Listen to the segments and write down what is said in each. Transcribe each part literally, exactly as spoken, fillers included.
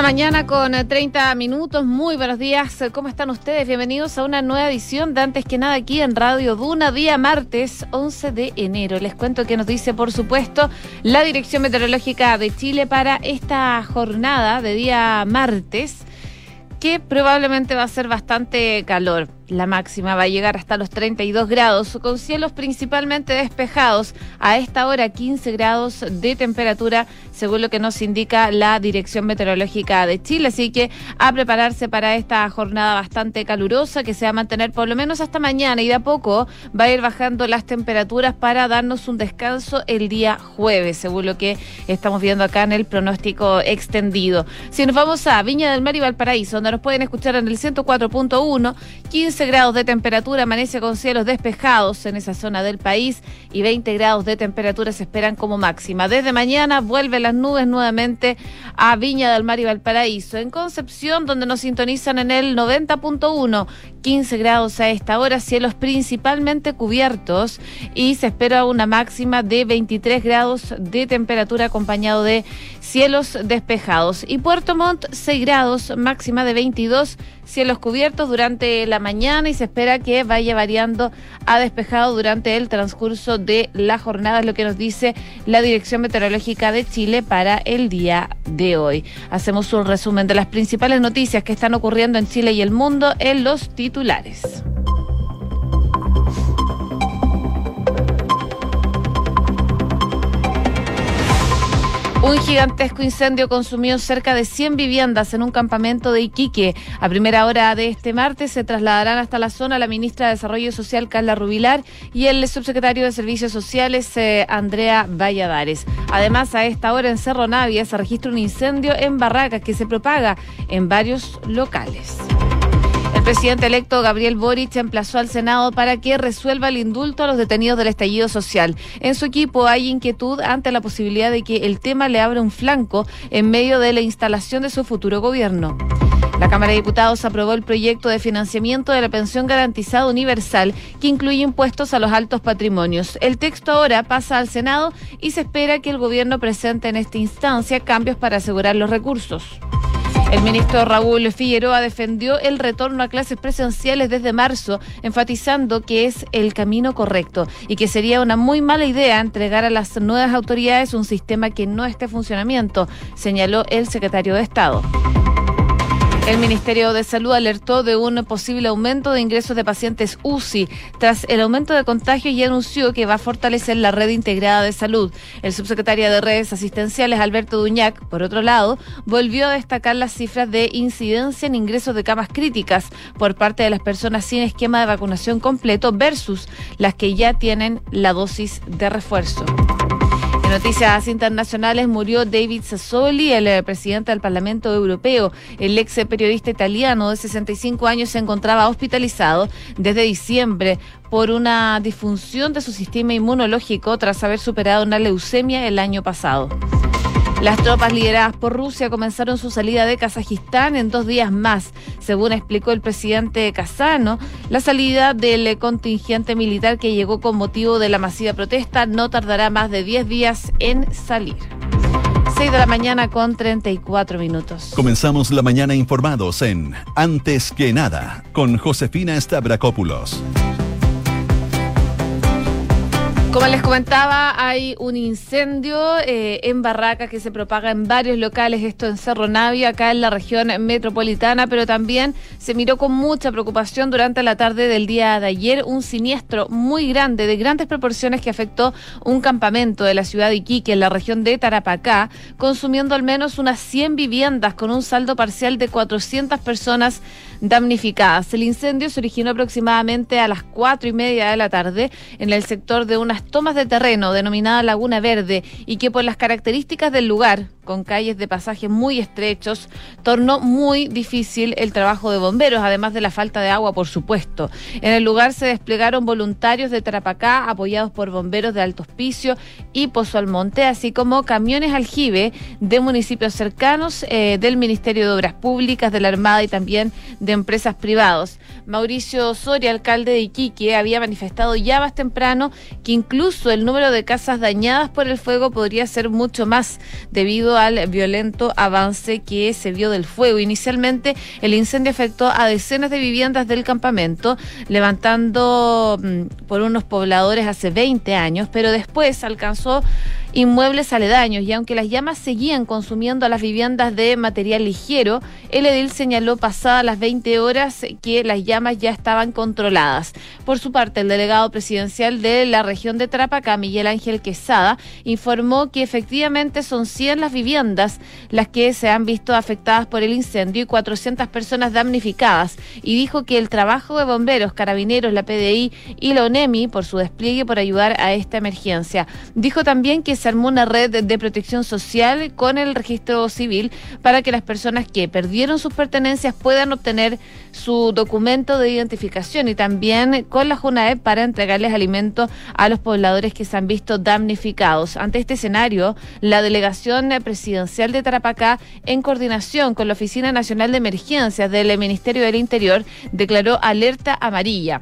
Mañana con treinta minutos, muy buenos días, ¿cómo están ustedes? Bienvenidos a una nueva edición de Antes que Nada aquí en Radio Duna, día martes once de enero. Les cuento que nos dice, por supuesto, la Dirección Meteorológica de Chile para esta jornada de día martes, que probablemente va a ser bastante calor. La máxima va a llegar hasta los treinta y dos grados, con cielos principalmente despejados. A esta hora quince grados de temperatura, según lo que nos indica la Dirección Meteorológica de Chile. Así que a prepararse para esta jornada bastante calurosa, que se va a mantener por lo menos hasta mañana, y de a poco va a ir bajando las temperaturas para darnos un descanso el día jueves, según lo que estamos viendo acá en el pronóstico extendido. Si nos vamos a Viña del Mar y Valparaíso, donde nos pueden escuchar en el ciento cuatro punto uno, quince grados de temperatura, amanece con cielos despejados en esa zona del país y veinte grados de temperatura se esperan como máxima. Desde mañana vuelven las nubes nuevamente a Viña del Mar y Valparaíso. En Concepción, donde nos sintonizan en el noventa punto uno, quince grados a esta hora, cielos principalmente cubiertos y se espera una máxima de veintitrés grados de temperatura acompañado de cielos despejados. Y Puerto Montt, seis grados, máxima de veintidós, cielos cubiertos durante la mañana y se espera que vaya variando a despejado durante el transcurso de la jornada, es lo que nos dice la Dirección Meteorológica de Chile para el día de hoy. Hacemos un resumen de las principales noticias que están ocurriendo en Chile y el mundo en los titulares. Un gigantesco incendio consumió cerca de cien viviendas en un campamento de Iquique. A primera hora de este martes se trasladarán hasta la zona la ministra de Desarrollo Social, Carla Rubilar, y el subsecretario de Servicios Sociales, eh, Andrea Valladares. Además, a esta hora en Cerro Navia se registra un incendio en barracas que se propaga en varios locales. El presidente electo Gabriel Boric emplazó al Senado para que resuelva el indulto a los detenidos del estallido social. En su equipo hay inquietud ante la posibilidad de que el tema le abra un flanco en medio de la instalación de su futuro gobierno. La Cámara de Diputados aprobó el proyecto de financiamiento de la pensión garantizada universal, que incluye impuestos a los altos patrimonios. El texto ahora pasa al Senado y se espera que el gobierno presente en esta instancia cambios para asegurar los recursos. El ministro Raúl Figueroa defendió el retorno a clases presenciales desde marzo, enfatizando que es el camino correcto y que sería una muy mala idea entregar a las nuevas autoridades un sistema que no esté en funcionamiento, señaló el secretario de Estado. El Ministerio de Salud alertó de un posible aumento de ingresos de pacientes U C I tras el aumento de contagios y anunció que va a fortalecer la red integrada de salud. El subsecretario de Redes Asistenciales, Alberto Duñac, por otro lado, volvió a destacar las cifras de incidencia en ingresos de camas críticas por parte de las personas sin esquema de vacunación completo versus las que ya tienen la dosis de refuerzo. En noticias internacionales, murió David Sassoli, el presidente del Parlamento Europeo. El ex periodista italiano de sesenta y cinco años se encontraba hospitalizado desde diciembre por una disfunción de su sistema inmunológico tras haber superado una leucemia el año pasado. Las tropas lideradas por Rusia comenzaron su salida de Kazajistán en dos días más. Según explicó el presidente kazano, la salida del contingente militar que llegó con motivo de la masiva protesta no tardará más de diez días en salir. seis de la mañana con treinta y cuatro minutos. Comenzamos la mañana informados en Antes que Nada, con Josefina Stavrakopoulos. Como les comentaba, hay un incendio eh, en barracas que se propaga en varios locales, esto en Cerro Navia, acá en la región metropolitana, pero también se miró con mucha preocupación durante la tarde del día de ayer un siniestro muy grande, de grandes proporciones, que afectó un campamento de la ciudad de Iquique, en la región de Tarapacá, consumiendo al menos unas cien viviendas, con un saldo parcial de cuatrocientas personas damnificadas. El incendio se originó aproximadamente a las cuatro y media de la tarde en el sector de unas tomas de terreno denominada Laguna Verde, y que por las características del lugar, con calles de pasaje muy estrechos, tornó muy difícil el trabajo de bomberos, además de la falta de agua, por supuesto. En el lugar se desplegaron voluntarios de Tarapacá, apoyados por bomberos de Alto Hospicio y Pozo Almonte, así como camiones aljibe de municipios cercanos, eh, del Ministerio de Obras Públicas, de la Armada y también de empresas privadas. Mauricio Soria, alcalde de Iquique, había manifestado ya más temprano que incluso incluso el número de casas dañadas por el fuego podría ser mucho más debido al violento avance que se vio del fuego. Inicialmente el incendio afectó a decenas de viviendas del campamento, levantando mmm, por unos pobladores hace veinte años, pero después alcanzó inmuebles aledaños, y aunque las llamas seguían consumiendo a las viviendas de material ligero, el edil señaló pasadas las veinte horas que las llamas ya estaban controladas. Por su parte, el delegado presidencial de la región de Tarapacá, Miguel Ángel Quesada, informó que efectivamente son cien las viviendas las que se han visto afectadas por el incendio y cuatrocientas personas damnificadas, y dijo que el trabajo de bomberos, carabineros, la P D I y la ONEMI por su despliegue por ayudar a esta emergencia. Dijo también que se armó una red de protección social con el registro civil para que las personas que perdieron sus pertenencias puedan obtener su documento de identificación, y también con la JUNAEP para entregarles alimentos a los pobladores que se han visto damnificados. Ante este escenario, la delegación presidencial de Tarapacá, en coordinación con la Oficina Nacional de Emergencias del Ministerio del Interior, declaró alerta amarilla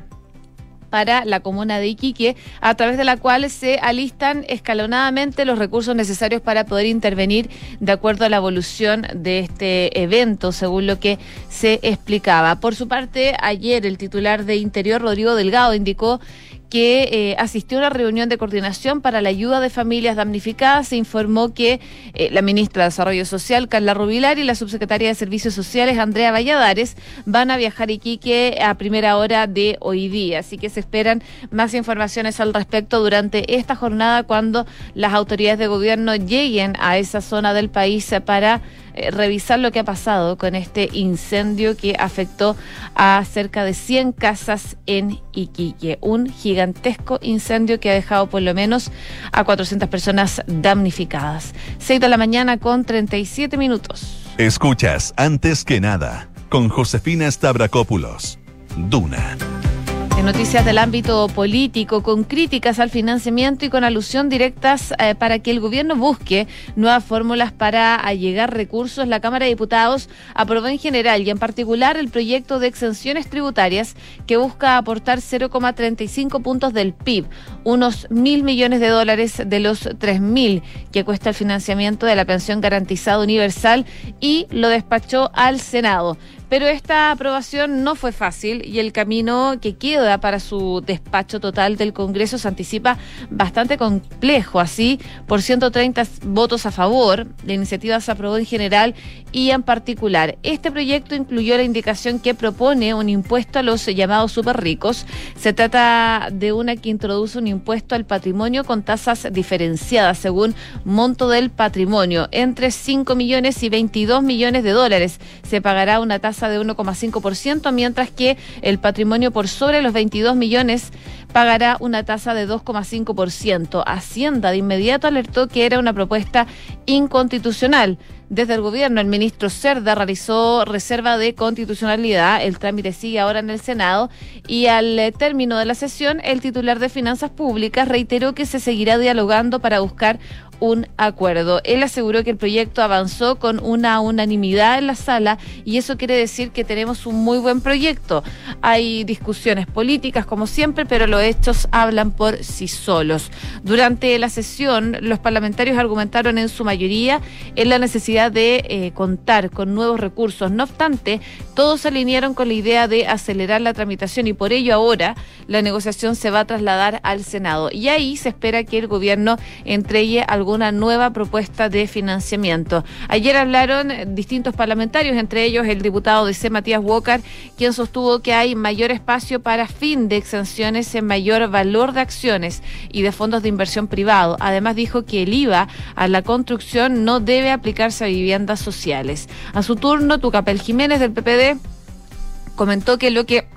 para la comuna de Iquique, a través de la cual se alistan escalonadamente los recursos necesarios para poder intervenir de acuerdo a la evolución de este evento, según lo que se explicaba. Por su parte, ayer el titular de Interior, Rodrigo Delgado, indicó que eh, asistió a una reunión de coordinación para la ayuda de familias damnificadas. Se informó que eh, la ministra de Desarrollo Social, Carla Rubilar, y la subsecretaria de Servicios Sociales, Andrea Valladares, van a viajar a Iquique a primera hora de hoy día. Así que se esperan más informaciones al respecto durante esta jornada, cuando las autoridades de gobierno lleguen a esa zona del país para eh, revisar lo que ha pasado con este incendio que afectó a cerca de cien casas en Iquique. Un gigantesco incendio que ha dejado por lo menos a cuatrocientas personas damnificadas. seis de la mañana con treinta y siete minutos. Escuchas Antes que Nada con Josefina Stavrakopoulos. Duna. En noticias del ámbito político, con críticas al financiamiento y con alusión directas eh, para que el gobierno busque nuevas fórmulas para allegar recursos, la Cámara de Diputados aprobó en general y en particular el proyecto de exenciones tributarias que busca aportar cero coma treinta y cinco puntos del P I B, unos mil millones de dólares de los tres mil que cuesta el financiamiento de la pensión garantizada universal, y lo despachó al Senado. Pero esta aprobación no fue fácil y el camino que queda para su despacho total del Congreso se anticipa bastante complejo. Así, por ciento treinta votos a favor, la iniciativa se aprobó en general y en particular. Este proyecto incluyó la indicación que propone un impuesto a los llamados súper ricos. Se trata de una que introduce un impuesto al patrimonio con tasas diferenciadas según monto del patrimonio. Entre cinco millones y veintidós millones de dólares se pagará una tasa de uno coma cinco por ciento, mientras que el patrimonio por sobre los veintidós millones pagará una tasa de dos coma cinco por ciento. Hacienda de inmediato alertó que era una propuesta inconstitucional. Desde el gobierno, el ministro Cerda realizó reserva de constitucionalidad. El trámite sigue ahora en el Senado y al eh, término de la sesión, el titular de Finanzas Públicas reiteró que se seguirá dialogando para buscar un acuerdo. Él aseguró que el proyecto avanzó con una unanimidad en la sala y eso quiere decir que tenemos un muy buen proyecto. Hay discusiones políticas como siempre, pero los hechos hablan por sí solos. Durante la sesión, los parlamentarios argumentaron en su mayoría en la necesidad de eh, contar con nuevos recursos. No obstante, todos se alinearon con la idea de acelerar la tramitación y por ello ahora la negociación se va a trasladar al Senado y ahí se espera que el gobierno entregue alguna nueva propuesta de financiamiento. Ayer hablaron distintos parlamentarios, entre ellos el diputado de C, Matías Walker, quien sostuvo que hay mayor espacio para fin de exenciones en mayor valor de acciones y de fondos de inversión privado. Además dijo que el I V A a la construcción no debe aplicarse a viviendas sociales. A su turno, Tucapel Jiménez del P P D comentó que lo que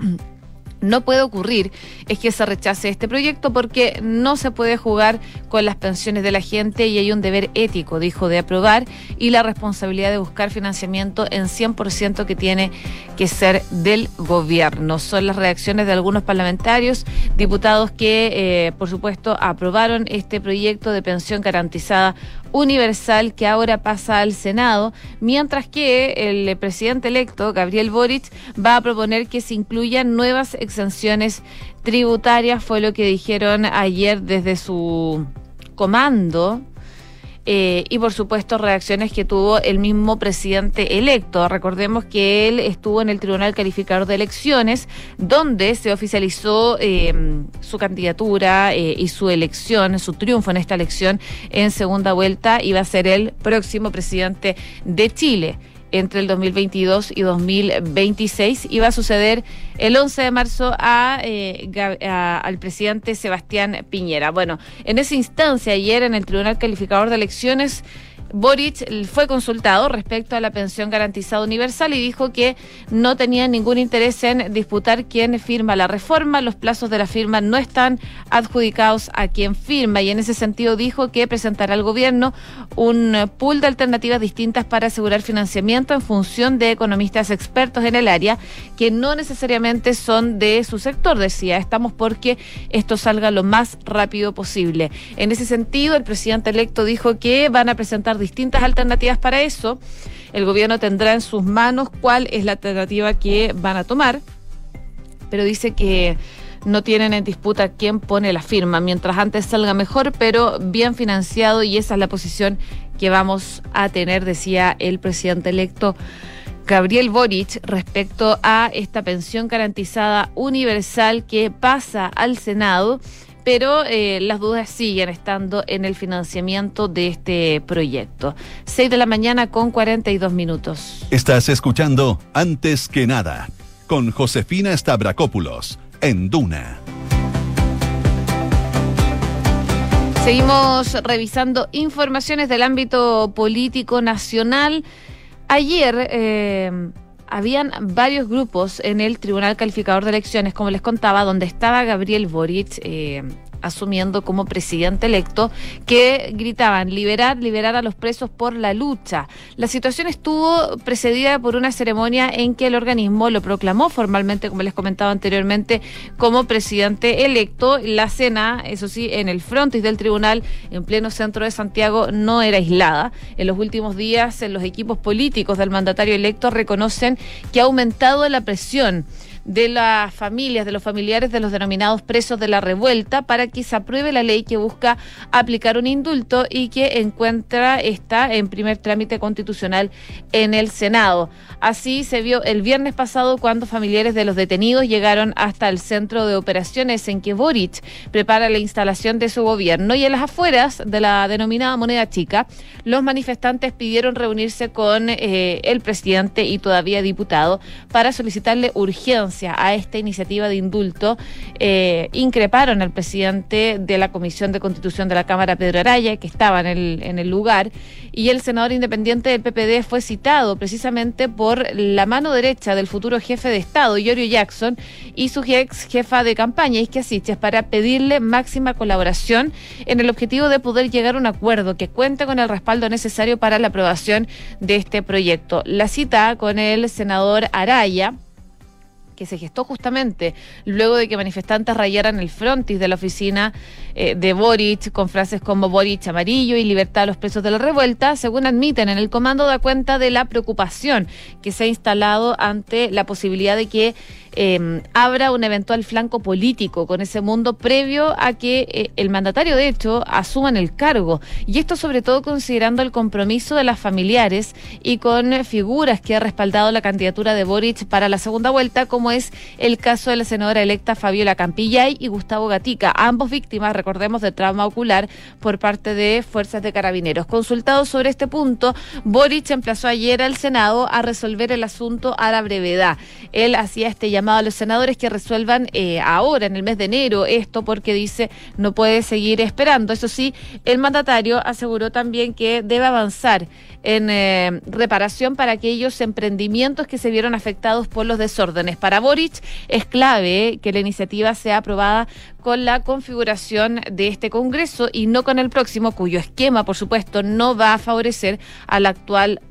no puede ocurrir es que se rechace este proyecto porque no se puede jugar con las pensiones de la gente y hay un deber ético, dijo, de aprobar y la responsabilidad de buscar financiamiento en cien por ciento que tiene que ser del gobierno. Son las reacciones de algunos parlamentarios, diputados que, eh, por supuesto, aprobaron este proyecto de pensión garantizada universal que ahora pasa al Senado, mientras que el presidente electo, Gabriel Boric, va a proponer que se incluyan nuevas exenciones tributarias, fue lo que dijeron ayer desde su comando. Eh, y por supuesto reacciones que tuvo el mismo presidente electo. Recordemos que él estuvo en el Tribunal Calificador de Elecciones, donde se oficializó eh, su candidatura eh, y su elección, su triunfo en esta elección en segunda vuelta. Iba a ser el próximo presidente de Chile entre el dos mil veintidós y dos mil veintiséis. Iba a suceder el once de marzo a, eh, a, al presidente Sebastián Piñera. Bueno, en esa instancia, ayer en el Tribunal Calificador de Elecciones, Boric fue consultado respecto a la pensión garantizada universal y dijo que no tenía ningún interés en disputar quién firma la reforma. Los plazos de la firma no están adjudicados a quien firma, y en ese sentido dijo que presentará al gobierno un pool de alternativas distintas para asegurar financiamiento en función de economistas expertos en el área que no necesariamente son de su sector. Decía, estamos porque esto salga lo más rápido posible. En ese sentido, el presidente electo dijo que van a presentar distintas alternativas para eso. El gobierno tendrá en sus manos cuál es la alternativa que van a tomar, pero dice que no tienen en disputa quién pone la firma, mientras antes salga mejor, pero bien financiado, y esa es la posición que vamos a tener, decía el presidente electo Gabriel Boric respecto a esta pensión garantizada universal que pasa al Senado. Pero eh, las dudas siguen estando en el financiamiento de este proyecto. seis de la mañana con cuarenta y dos minutos. Estás escuchando Antes que Nada con Josefina Stavrakopoulos en Duna. Seguimos revisando informaciones del ámbito político nacional. Ayer eh, habían varios grupos en el Tribunal Calificador de Elecciones, como les contaba, donde estaba Gabriel Boric eh, asumiendo como presidente electo, que gritaban liberar, liberar a los presos por la lucha. La situación estuvo precedida por una ceremonia en que el organismo lo proclamó formalmente, como les comentaba anteriormente, como presidente electo. La cena, eso sí, en el frontis del tribunal, en pleno centro de Santiago, no era aislada. En los últimos días, los equipos políticos del mandatario electo reconocen que ha aumentado la presión de las familias, de los familiares de los denominados presos de la revuelta, para que se apruebe la ley que busca aplicar un indulto y que encuentra está en primer trámite constitucional en el Senado. Así se vio el viernes pasado cuando familiares de los detenidos llegaron hasta el centro de operaciones en que Boric prepara la instalación de su gobierno, y en las afueras de la denominada Moneda Chica, los manifestantes pidieron reunirse con eh, el presidente y todavía diputado para solicitarle urgencia a esta iniciativa de indulto. Eh, increparon al presidente de la Comisión de Constitución de la Cámara, Pedro Araya, que estaba en el, en el lugar, y el senador independiente del P P D fue citado precisamente por la mano derecha del futuro jefe de Estado, Giorgio Jackson, y su ex jefa de campaña, Isquia Siches, para pedirle máxima colaboración en el objetivo de poder llegar a un acuerdo que cuente con el respaldo necesario para la aprobación de este proyecto. La cita con el senador Araya, que se gestó justamente luego de que manifestantes rayaran el frontis de la oficina eh, de Boric con frases como Boric amarillo y libertad a los presos de la revuelta, según admiten en el comando, da cuenta de la preocupación que se ha instalado ante la posibilidad de que eh, abra un eventual flanco político con ese mundo previo a que eh, el mandatario, de hecho, asuma el cargo. Y esto sobre todo considerando el compromiso de las familiares y con eh, figuras que ha respaldado la candidatura de Boric para la segunda vuelta, como es el caso de la senadora electa Fabiola Campillay y Gustavo Gatica, ambos víctimas, recordemos, de trauma ocular por parte de fuerzas de carabineros. Consultado sobre este punto, Boric emplazó ayer al Senado a resolver el asunto a la brevedad. Él hacía este llamado a los senadores que resuelvan eh, ahora, en el mes de enero, esto porque dice no puede seguir esperando. Eso sí, el mandatario aseguró también que debe avanzar en eh, reparación para aquellos emprendimientos que se vieron afectados por los desórdenes. Para Boric es clave eh, que la iniciativa sea aprobada con la configuración de este Congreso y no con el próximo, cuyo esquema, por supuesto, no va a favorecer al actual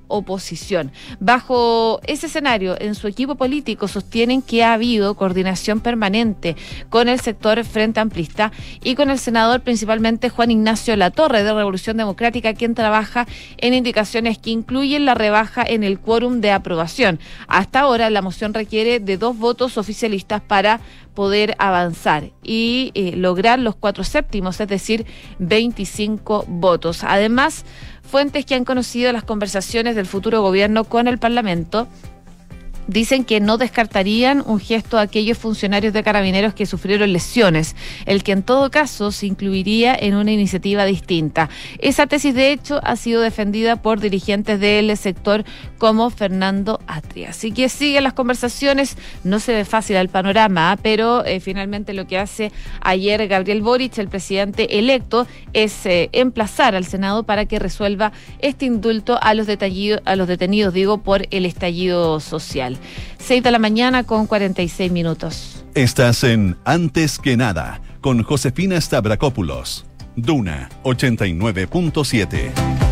oposición. Bajo ese escenario, en su equipo político sostienen que ha habido coordinación permanente con el sector Frente Amplista y con el senador principalmente Juan Ignacio Latorre de Revolución Democrática, quien trabaja en indicaciones que incluyen la rebaja en el quórum de aprobación. Hasta ahora la moción requiere de dos votos oficialistas para poder avanzar y eh, lograr los cuatro séptimos, es decir, veinticinco votos. Además, fuentes que han conocido las conversaciones del futuro gobierno con el Parlamento dicen que no descartarían un gesto a aquellos funcionarios de Carabineros que sufrieron lesiones, el que en todo caso se incluiría en una iniciativa distinta. Esa tesis, de hecho, ha sido defendida por dirigentes del sector como Fernando Atria. Así que siguen las conversaciones, no se ve fácil el panorama, pero eh, finalmente lo que hace ayer Gabriel Boric, el presidente electo, es eh, emplazar al Senado para que resuelva este indulto a los, detallido, a los detenidos, digo, por el estallido social. seis de la mañana con cuarenta y seis minutos. Estás en Antes que Nada, con Josefina Stavrakopoulos. Duna ochenta y nueve punto siete.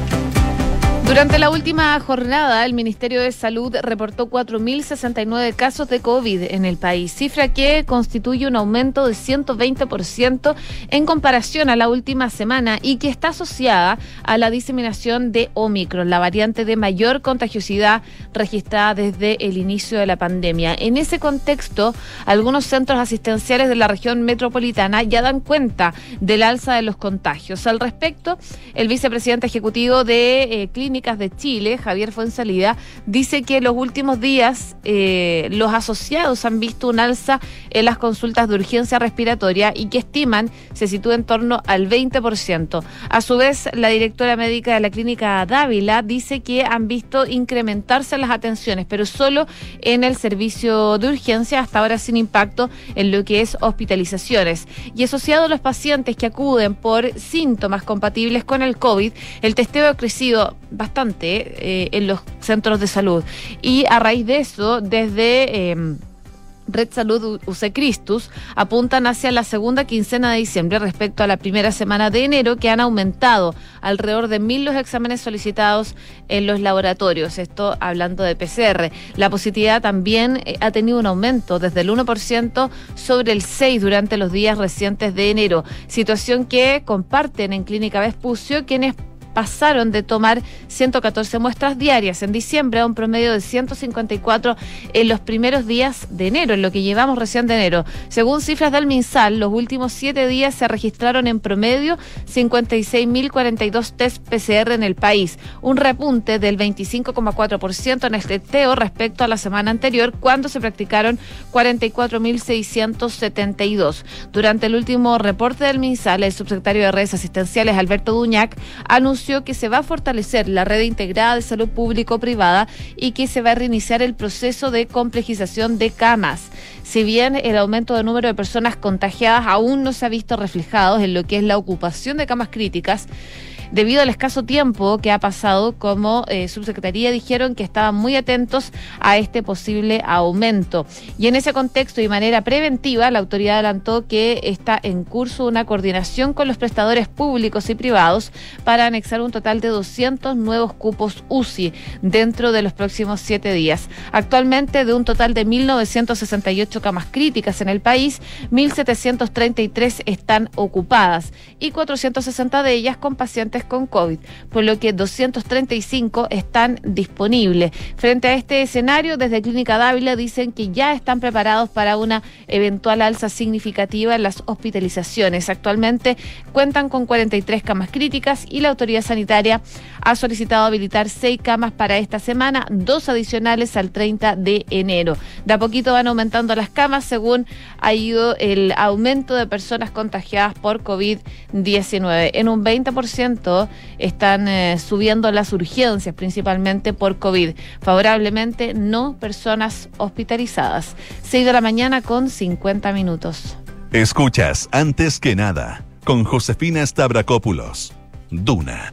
Durante la última jornada, el Ministerio de Salud reportó cuatro mil sesenta y nueve casos de COVID en el país, cifra que constituye un aumento de ciento veinte por ciento en comparación a la última semana y que está asociada a la diseminación de Omicron, la variante de mayor contagiosidad registrada desde el inicio de la pandemia. En ese contexto, algunos centros asistenciales de la región metropolitana ya dan cuenta del alza de los contagios. Al respecto, el vicepresidente ejecutivo de eh, Clínica de Chile, Javier Fuenzalida, dice que en los últimos días eh, los asociados han visto un alza en las consultas de urgencia respiratoria y que estiman se sitúa en torno al veinte por ciento. A su vez, la directora médica de la Clínica Dávila dice que han visto incrementarse las atenciones, pero solo en el servicio de urgencia, hasta ahora sin impacto en lo que es hospitalizaciones. Y asociado a los pacientes que acuden por síntomas compatibles con el COVID, el testeo ha crecido bastante eh, en los centros de salud. Y a raíz de eso, desde eh, Red Salud U C Christus apuntan hacia la segunda quincena de diciembre respecto a la primera semana de enero, que han aumentado alrededor de mil los exámenes solicitados en los laboratorios. Esto hablando de P C R. La positividad también eh, ha tenido un aumento desde el uno por ciento sobre el seis por ciento durante los días recientes de enero, situación que comparten en Clínica Vespucio, quienes pasaron de tomar ciento catorce muestras diarias en diciembre a un promedio de ciento cincuenta y cuatro en los primeros días de enero, en lo que llevamos recién de enero. Según cifras del MinSal, los últimos siete días se registraron en promedio cincuenta y seis mil cuarenta y dos test P C R en el país, un repunte del veinticinco coma cuatro por ciento en el testeo respecto a la semana anterior, cuando se practicaron cuarenta y cuatro mil seiscientos setenta y dos. Durante el último reporte del MinSal, el subsecretario de Redes Asistenciales, Alberto Duñac, anunció que se va a fortalecer la red integrada de salud público-privada y que se va a reiniciar el proceso de complejización de camas. Si bien el aumento de número de personas contagiadas aún no se ha visto reflejado en lo que es la ocupación de camas críticas, debido al escaso tiempo que ha pasado, como eh, subsecretaría dijeron que estaban muy atentos a este posible aumento. Y en ese contexto y de manera preventiva, la autoridad adelantó que está en curso una coordinación con los prestadores públicos y privados para anexar un total de doscientos nuevos cupos U C I dentro de los próximos siete días. Actualmente, de un total de mil novecientas sesenta y ocho camas críticas en el país, mil setecientas treinta y tres están ocupadas y cuatrocientas sesenta de ellas con pacientes con COVID, por lo que doscientas treinta y cinco están disponibles. Frente a este escenario, desde Clínica Dávila dicen que ya están preparados para una eventual alza significativa en las hospitalizaciones. Actualmente cuentan con cuarenta y tres camas críticas y la autoridad sanitaria ha solicitado habilitar seis camas para esta semana, dos adicionales al treinta de enero. De a poquito van aumentando las camas según ha ido el aumento de personas contagiadas por COVID diecinueve. En un veinte por ciento están eh, subiendo las urgencias, principalmente por COVID. Favorablemente, no personas hospitalizadas. seis de la mañana con cincuenta minutos. Escuchas Antes que Nada con Josefina Stavrakopoulos. Duna.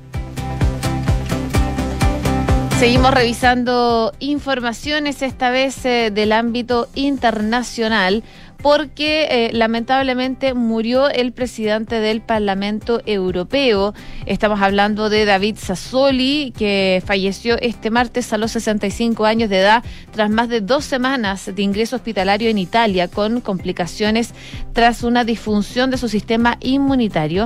Seguimos revisando informaciones, esta vez eh, del ámbito internacional, porque eh, lamentablemente murió el presidente del Parlamento Europeo. Estamos hablando de David Sassoli, que falleció este martes a los sesenta y cinco años de edad tras más de dos semanas de ingreso hospitalario en Italia con complicaciones tras una disfunción de su sistema inmunitario.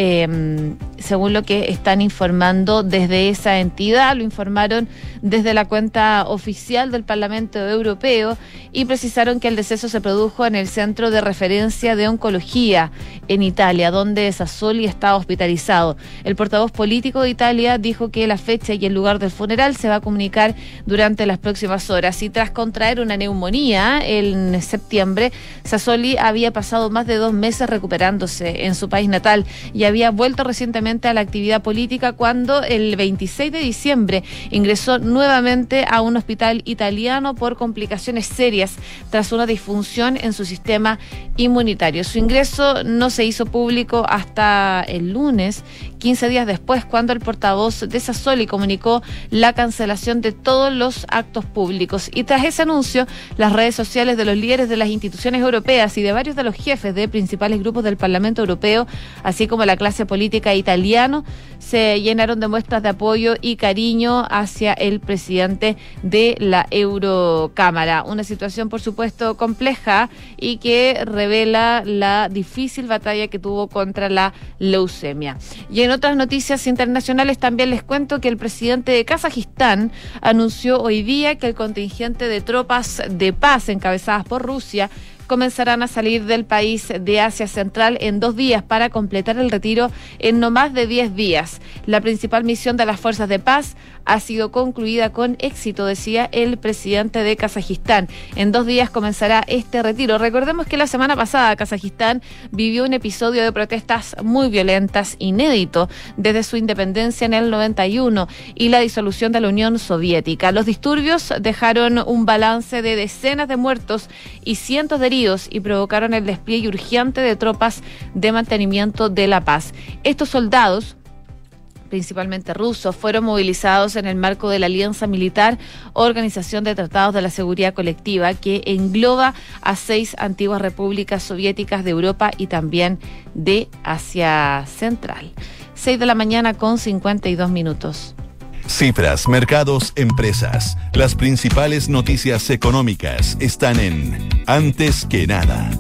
Eh, según lo que están informando desde esa entidad, lo informaron desde la cuenta oficial del Parlamento Europeo y precisaron que el deceso se produjo en el Centro de Referencia de Oncología en Italia, donde Sassoli está hospitalizado. El portavoz político de Italia dijo que la fecha y el lugar del funeral se va a comunicar durante las próximas horas. Y tras contraer una neumonía en septiembre, Sassoli había pasado más de dos meses recuperándose en su país natal y había vuelto recientemente a la actividad política cuando el veintiséis de diciembre ingresó nuevamente a un hospital italiano por complicaciones serias tras una disfunción en su sistema inmunitario. Su ingreso no se hizo público hasta el lunes, quince días después, cuando el portavoz de Sassoli comunicó la cancelación de todos los actos públicos. Y tras ese anuncio, las redes sociales de los líderes de las instituciones europeas y de varios de los jefes de principales grupos del Parlamento Europeo, así como la clase política italiana, se llenaron de muestras de apoyo y cariño hacia el presidente de la Eurocámara. Una situación, por supuesto, compleja y que revela la difícil batalla que tuvo contra la leucemia. Y en otras noticias internacionales también les cuento que el presidente de Kazajistán anunció hoy día que el contingente de tropas de paz encabezadas por Rusia comenzarán a salir del país de Asia Central en dos días para completar el retiro en no más de diez días. La principal misión de las fuerzas de paz ha sido concluida con éxito, decía el presidente de Kazajistán. En dos días comenzará este retiro. Recordemos que la semana pasada Kazajistán vivió un episodio de protestas muy violentas, inédito desde su independencia en el noventa y uno y la disolución de la Unión Soviética. Los disturbios dejaron un balance de decenas de muertos y cientos de heridos y provocaron el despliegue urgente de tropas de mantenimiento de la paz. Estos soldados, principalmente rusos, fueron movilizados en el marco de la Alianza Militar, Organización de Tratados de la Seguridad Colectiva, que engloba a seis antiguas repúblicas soviéticas de Europa y también de Asia Central. Seis de la mañana con cincuenta y dos minutos. Cifras, mercados, empresas. Las principales noticias económicas están en Antes que nada.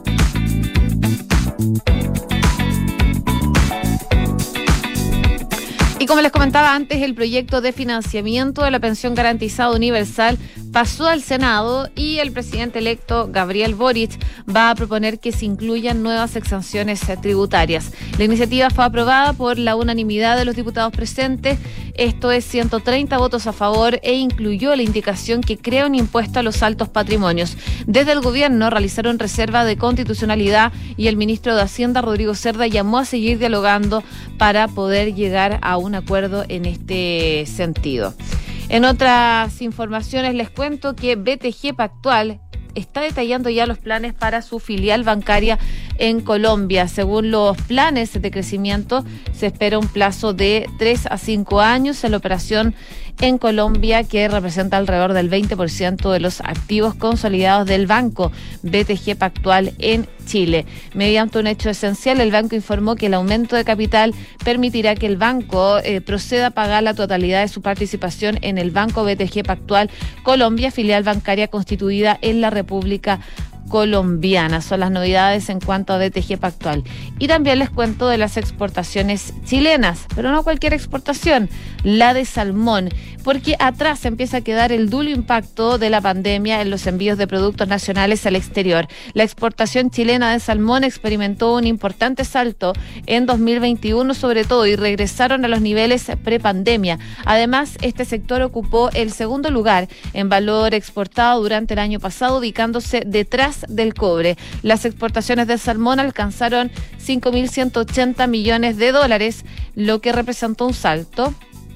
Y como les comentaba antes, el proyecto de financiamiento de la pensión garantizada universal pasó al Senado y el presidente electo Gabriel Boric va a proponer que se incluyan nuevas exenciones tributarias. La iniciativa fue aprobada por la unanimidad de los diputados presentes, esto es ciento treinta votos a favor, e incluyó la indicación que crea un impuesto a los altos patrimonios. Desde el gobierno realizaron reserva de constitucionalidad y el ministro de Hacienda, Rodrigo Cerda, llamó a seguir dialogando para poder llegar a un acuerdo en este sentido. En otras informaciones les cuento que B T G Pactual está detallando ya los planes para su filial bancaria en Colombia. Según los planes de crecimiento, se espera un plazo de tres a cinco años en la operación en Colombia, que representa alrededor del veinte por ciento de los activos consolidados del banco B T G Pactual en Chile. Mediante un hecho esencial, el banco informó que el aumento de capital permitirá que el banco eh, proceda a pagar la totalidad de su participación en el banco B T G Pactual Colombia, filial bancaria constituida en la República Colombiana. Son las novedades en cuanto a B T G Pactual. Y también les cuento de las exportaciones chilenas, pero no cualquier exportación, la de salmón, porque atrás empieza a quedar el duro impacto de la pandemia en los envíos de productos nacionales al exterior. La exportación chilena de salmón experimentó un importante salto en dos mil veintiuno sobre todo y regresaron a los niveles prepandemia. Además, este sector ocupó el segundo lugar en valor exportado durante el año pasado, ubicándose detrás del cobre. Las exportaciones de salmón alcanzaron cinco mil ciento ochenta millones de dólares, lo que representó un salto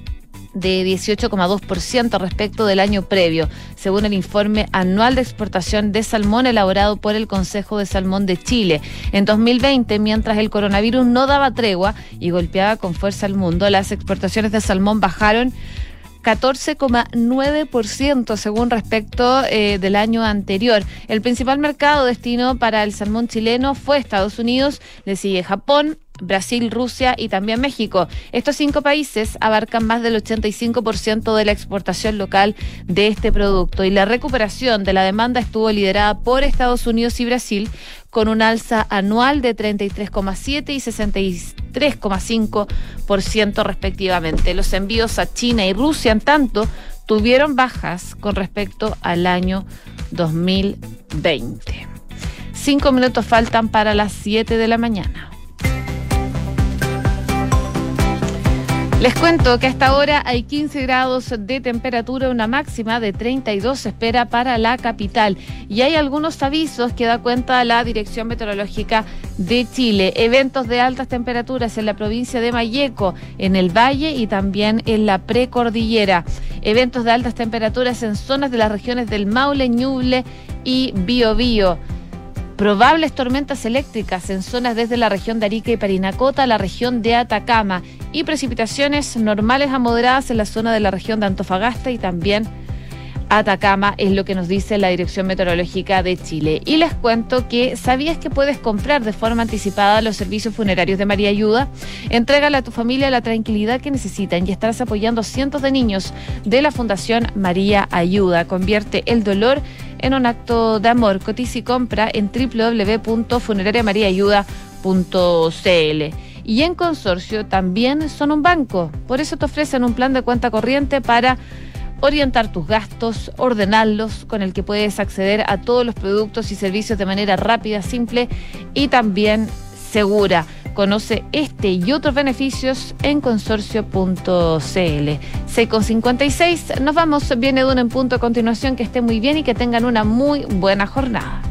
de dieciocho coma dos por ciento respecto del año previo, según el informe anual de exportación de salmón elaborado por el Consejo de Salmón de Chile. En dos mil veinte, mientras el coronavirus no daba tregua y golpeaba con fuerza al mundo, las exportaciones de salmón bajaron catorce coma nueve por ciento según respecto eh, del año anterior. El principal mercado destino para el salmón chileno fue Estados Unidos, le sigue Japón, Brasil, Rusia y también México. Estos cinco países abarcan más del ochenta y cinco por ciento de la exportación local de este producto, y la recuperación de la demanda estuvo liderada por Estados Unidos y Brasil, con un alza anual de treinta y tres coma siete y sesenta y tres coma cinco por ciento respectivamente. Los envíos a China y Rusia, en tanto, tuvieron bajas con respecto al año dos mil veinte. Cinco minutos faltan para las siete de la mañana. Les cuento que a esta hora hay quince grados de temperatura, una máxima de treinta y dos se espera para la capital. Y hay algunos avisos que da cuenta la Dirección Meteorológica de Chile. Eventos de altas temperaturas en la provincia de Malleco, en el Valle y también en la precordillera. Eventos de altas temperaturas en zonas de las regiones del Maule, Ñuble y Biobío. Probables tormentas eléctricas en zonas desde la región de Arica y Parinacota a la región de Atacama, y precipitaciones normales a moderadas en la zona de la región de Antofagasta y también Atacama, es lo que nos dice la Dirección Meteorológica de Chile. Y les cuento que ¿sabías que puedes comprar de forma anticipada los servicios funerarios de María Ayuda? Entrégale a tu familia la tranquilidad que necesitan y estarás apoyando a cientos de niños de la Fundación María Ayuda. Convierte el dolor en un acto de amor. Cotiza y compra en doble u doble u doble u punto funeraria maría ayuda punto c l. Y en Consorcio también son un banco. Por eso te ofrecen un plan de cuenta corriente para orientar tus gastos, ordenarlos, con el que puedes acceder a todos los productos y servicios de manera rápida, simple y también segura. Conoce este y otros beneficios en consorcio punto c l. seis con cincuenta y seis, nos vamos, viene Duna en punto a continuación. Que esté muy bien y que tengan una muy buena jornada.